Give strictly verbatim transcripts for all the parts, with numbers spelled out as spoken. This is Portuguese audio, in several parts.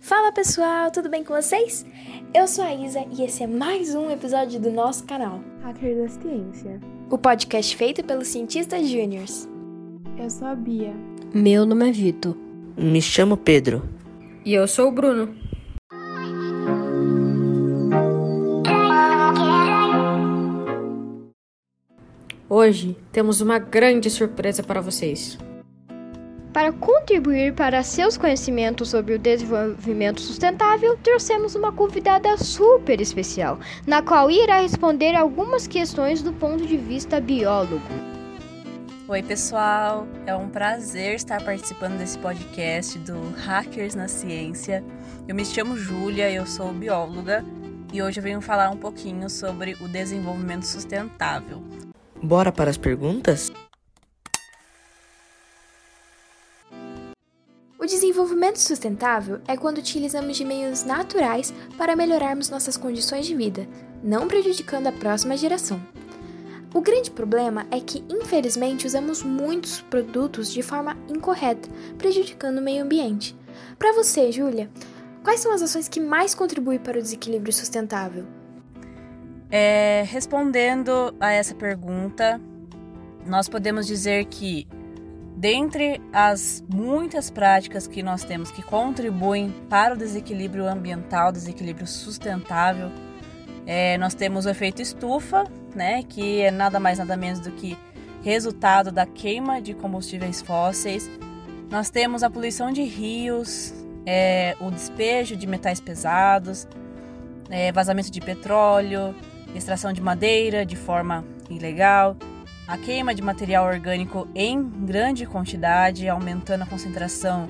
Fala pessoal, tudo bem com vocês? Eu sou a Isa e esse é mais um episódio do nosso canal Hacker da Ciência, o podcast feito pelos cientistas júniors. Eu sou a Bia. Meu nome é Vitor. Me chamo Pedro. E eu sou o Bruno. Hoje temos uma grande surpresa para vocês. Para contribuir para seus conhecimentos sobre o desenvolvimento sustentável, trouxemos uma convidada super especial, na qual irá responder algumas questões do ponto de vista biólogo. Oi pessoal, é um prazer estar participando desse podcast do Hackers na Ciência. Eu me chamo Júlia, eu sou bióloga e hoje eu venho falar um pouquinho sobre o desenvolvimento sustentável. Bora para as perguntas? O desenvolvimento sustentável é quando utilizamos de meios naturais para melhorarmos nossas condições de vida, não prejudicando a próxima geração. O grande problema é que, infelizmente, usamos muitos produtos de forma incorreta, prejudicando o meio ambiente. Para você, Júlia, quais são as ações que mais contribuem para o desequilíbrio sustentável? É, respondendo a essa pergunta, nós podemos dizer que, dentre as muitas práticas que nós temos que contribuem para o desequilíbrio ambiental, desequilíbrio sustentável, é, nós temos o efeito estufa, né, que é nada mais nada menos do que resultado da queima de combustíveis fósseis. Nós temos a poluição de rios, é, o despejo de metais pesados, é, vazamento de petróleo, extração de madeira de forma ilegal, a queima de material orgânico em grande quantidade, aumentando a concentração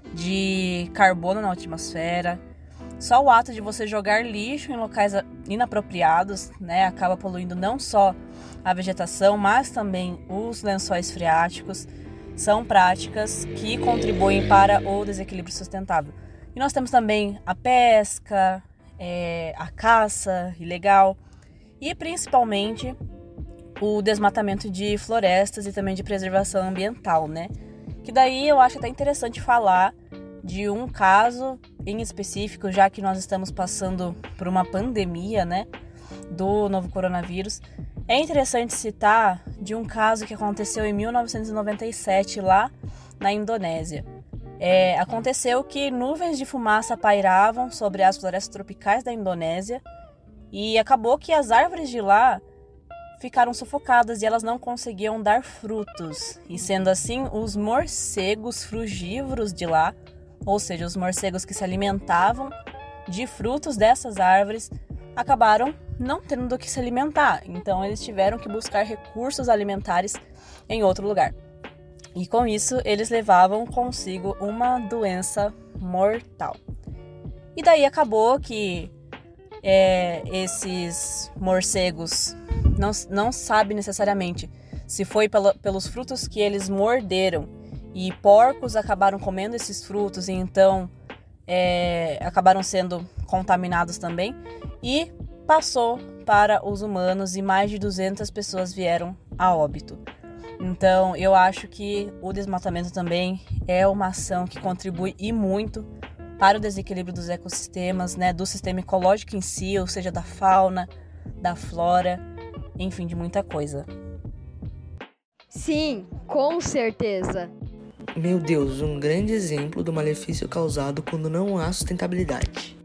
de carbono na atmosfera. Só o ato de você jogar lixo em locais inapropriados, né, acaba poluindo não só a vegetação, mas também os lençóis freáticos. São práticas que contribuem para o desequilíbrio sustentável. E nós temos também a pesca, é, a caça ilegal e principalmente o desmatamento de florestas e também de preservação ambiental, né? Que daí eu acho até interessante falar de um caso em específico, já que nós estamos passando por uma pandemia, né, do novo coronavírus. É interessante citar de um caso que aconteceu em mil novecentos e noventa e sete lá na Indonésia. É, aconteceu que nuvens de fumaça pairavam sobre as florestas tropicais da Indonésia e acabou que as árvores de lá ficaram sufocadas e elas não conseguiam dar frutos. E sendo assim, os morcegos frugívoros de lá, ou seja, os morcegos que se alimentavam de frutos dessas árvores, acabaram não tendo do que se alimentar. Então eles tiveram que buscar recursos alimentares em outro lugar. E com isso eles levavam consigo uma doença mortal. E daí acabou que é, esses morcegos não, não sabem necessariamente se foi pelo, pelos frutos que eles morderam e porcos acabaram comendo esses frutos e então é, acabaram sendo contaminados também, e passou para os humanos e mais de duzentas pessoas vieram a óbito. Então eu acho que o desmatamento também é uma ação que contribui e muito para o desequilíbrio dos ecossistemas, né, do sistema ecológico em si, ou seja, da fauna, da flora, enfim, de muita coisa. Sim, com certeza. Meu Deus, um grande exemplo do malefício causado quando não há sustentabilidade.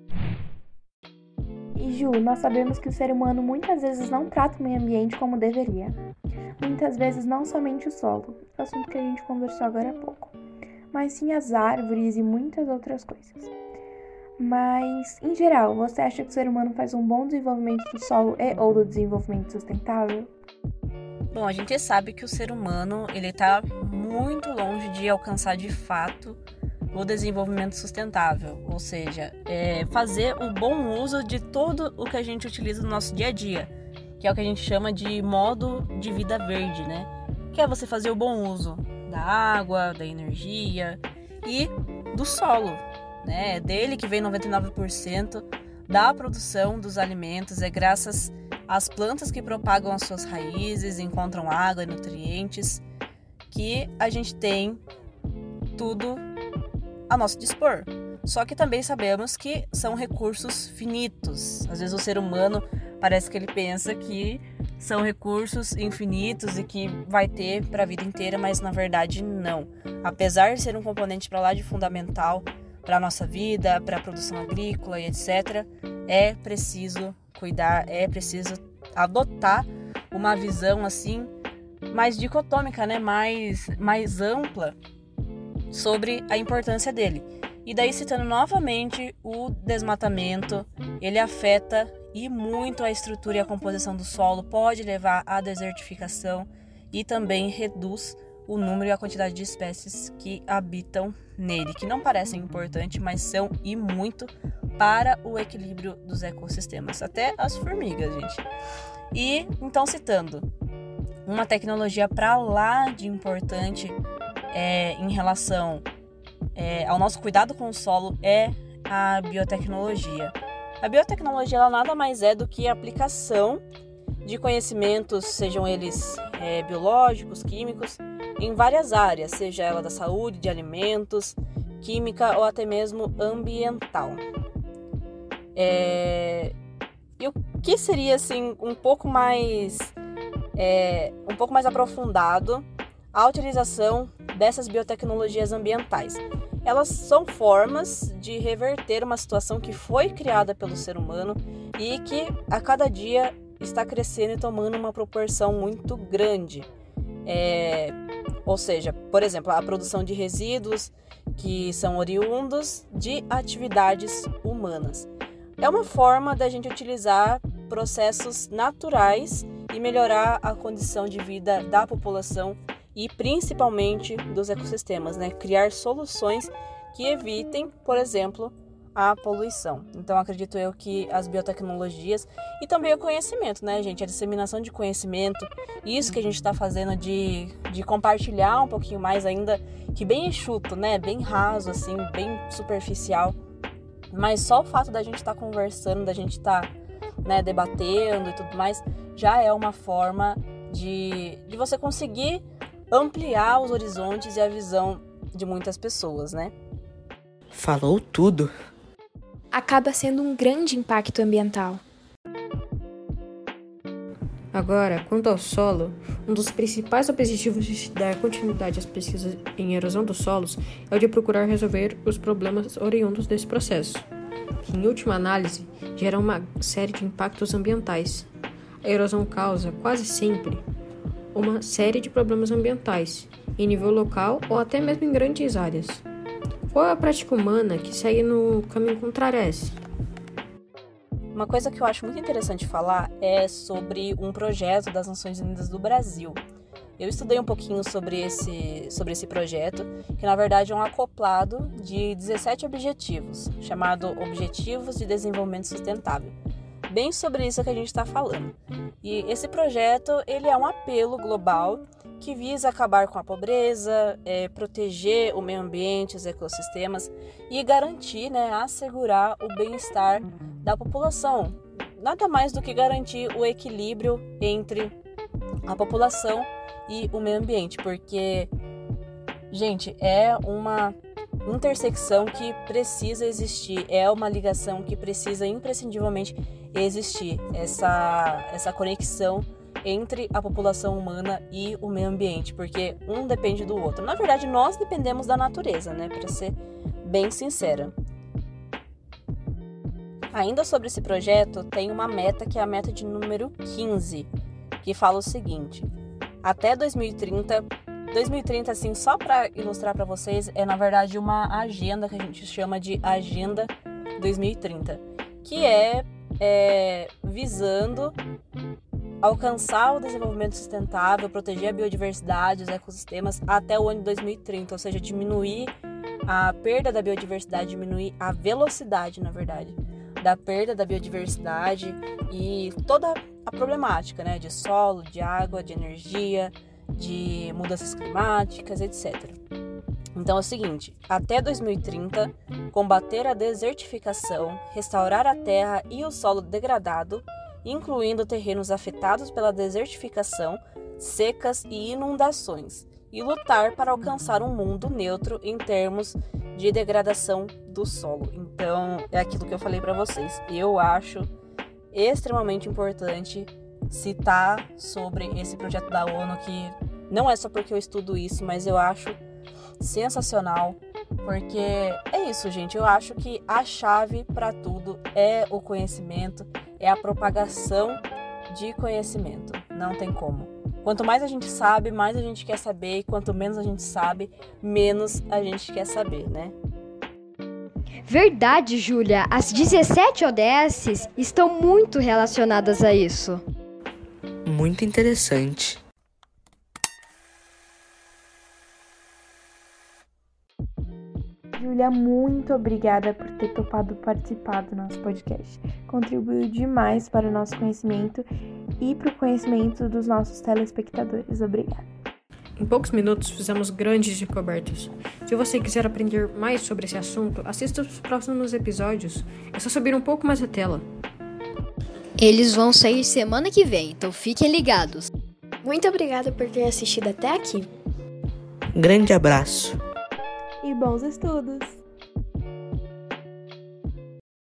E Ju, nós sabemos que o ser humano muitas vezes não trata o meio ambiente como deveria. Muitas vezes não somente o solo, assunto que a gente conversou agora há pouco, mas sim as árvores e muitas outras coisas. Mas, em geral, você acha que o ser humano faz um bom desenvolvimento do solo e ou do desenvolvimento sustentável? Bom, a gente sabe que o ser humano ele está muito longe de alcançar de fato o desenvolvimento sustentável, ou seja, é fazer o bom uso de tudo o que a gente utiliza no nosso dia a dia, que é o que a gente chama de modo de vida verde, né? Que é você fazer o bom uso da água, da energia e do solo, né? É dele que vem noventa e nove por cento da produção dos alimentos, é graças às plantas que propagam as suas raízes, encontram água e nutrientes, que a gente tem tudo a nosso dispor. Só que também sabemos que são recursos finitos. Às vezes o ser humano parece que ele pensa que são recursos infinitos e que vai ter para a vida inteira, mas na verdade não. Apesar de ser um componente para lá de fundamental para a nossa vida, para a produção agrícola e etcétera, é preciso cuidar, é preciso adotar uma visão assim mais dicotômica, né? mais, mais ampla sobre a importância dele. E daí, citando novamente, o desmatamento, ele afeta e muito a estrutura e a composição do solo, pode levar à desertificação e também reduz o número e a quantidade de espécies que habitam nele, que não parecem importantes, mas são e muito para o equilíbrio dos ecossistemas, até as formigas, gente. E, então, citando, uma tecnologia para lá de importante é, em relação é, ao nosso cuidado com o solo é a biotecnologia. A biotecnologia ela nada mais é do que a aplicação de conhecimentos, sejam eles é, biológicos, químicos, em várias áreas, seja ela da saúde, de alimentos, química ou até mesmo ambiental. É... E o que seria assim um pouco mais é, um pouco mais aprofundado a utilização dessas biotecnologias ambientais? Elas são formas de reverter uma situação que foi criada pelo ser humano e que a cada dia está crescendo e tomando uma proporção muito grande. É, ou seja, por exemplo, a produção de resíduos que são oriundos de atividades humanas. É uma forma da gente utilizar processos naturais e melhorar a condição de vida da população e principalmente dos ecossistemas, né? Criar soluções que evitem, por exemplo, a poluição. Então, acredito eu que as biotecnologias e também o conhecimento, né, gente? A disseminação de conhecimento, isso que a gente está fazendo de, de compartilhar um pouquinho mais ainda, que bem enxuto, né? Bem raso, assim, bem superficial. Mas só o fato da gente estar tá conversando, da gente estar tá, né, debatendo e tudo mais, já é uma forma de, de você conseguir ampliar os horizontes e a visão de muitas pessoas, né? Falou tudo. Acaba sendo um grande impacto ambiental. Agora, quanto ao solo, um dos principais objetivos de se dar continuidade às pesquisas em erosão dos solos é o de procurar resolver os problemas oriundos desse processo, que, em última análise, gera uma série de impactos ambientais. A erosão causa, quase sempre, uma série de problemas ambientais, em nível local ou até mesmo em grandes áreas. Qual é a prática humana que segue no caminho contrário a esse? Uma coisa que eu acho muito interessante falar é sobre um projeto das Nações Unidas do Brasil. Eu estudei um pouquinho sobre esse, sobre esse projeto, que na verdade é um acoplado de dezessete objetivos, chamado Objetivos de Desenvolvimento Sustentável. Bem sobre isso que a gente está falando. E esse projeto ele é um apelo global que visa acabar com a pobreza, é, proteger o meio ambiente, os ecossistemas e garantir, né, assegurar o bem-estar da população. Nada mais do que garantir o equilíbrio entre a população e o meio ambiente, porque, gente, é uma intersecção que precisa existir, é uma ligação que precisa imprescindivelmente existir, essa, essa conexão entre a população humana e o meio ambiente, porque um depende do outro. Na verdade, nós dependemos da natureza, né, para ser bem sincera. Ainda sobre esse projeto, tem uma meta que é a meta de número quinze, que fala o seguinte: até dois mil e trinta, dois mil e trinta, assim, só para ilustrar para vocês, é na verdade uma agenda que a gente chama de Agenda dois mil e trinta, que é, é visando alcançar o desenvolvimento sustentável, proteger a biodiversidade, os ecossistemas até o ano de dois mil e trinta, ou seja, diminuir a perda da biodiversidade, diminuir a velocidade, na verdade, da perda da biodiversidade e toda a problemática, né, de solo, de água, de energia, de mudanças climáticas, etcétera. Então é o seguinte: até dois mil e trinta, combater a desertificação, restaurar a terra e o solo degradado, incluindo terrenos afetados pela desertificação, secas e inundações, e lutar para alcançar um mundo neutro em termos de degradação do solo. Então, é aquilo que eu falei para vocês. Eu acho extremamente importante citar sobre esse projeto da ONU, que não é só porque eu estudo isso, mas eu acho sensacional, porque é isso, gente. Eu acho que a chave para tudo é o conhecimento, é a propagação de conhecimento. Não tem como. Quanto mais a gente sabe, mais a gente quer saber, e quanto menos a gente sabe, menos a gente quer saber, né? Verdade, Júlia. As dezessete O D Ss estão muito relacionadas a isso. Muito interessante. Júlia, muito obrigada por ter topado participar do nosso podcast. Contribuiu demais para o nosso conhecimento e para o conhecimento dos nossos telespectadores. Obrigada. Em poucos minutos fizemos grandes descobertas. Se você quiser aprender mais sobre esse assunto, assista os próximos episódios. É só subir um pouco mais a tela. Eles vão sair semana que vem, então fiquem ligados. Muito obrigada por ter assistido até aqui. Grande abraço. E bons estudos!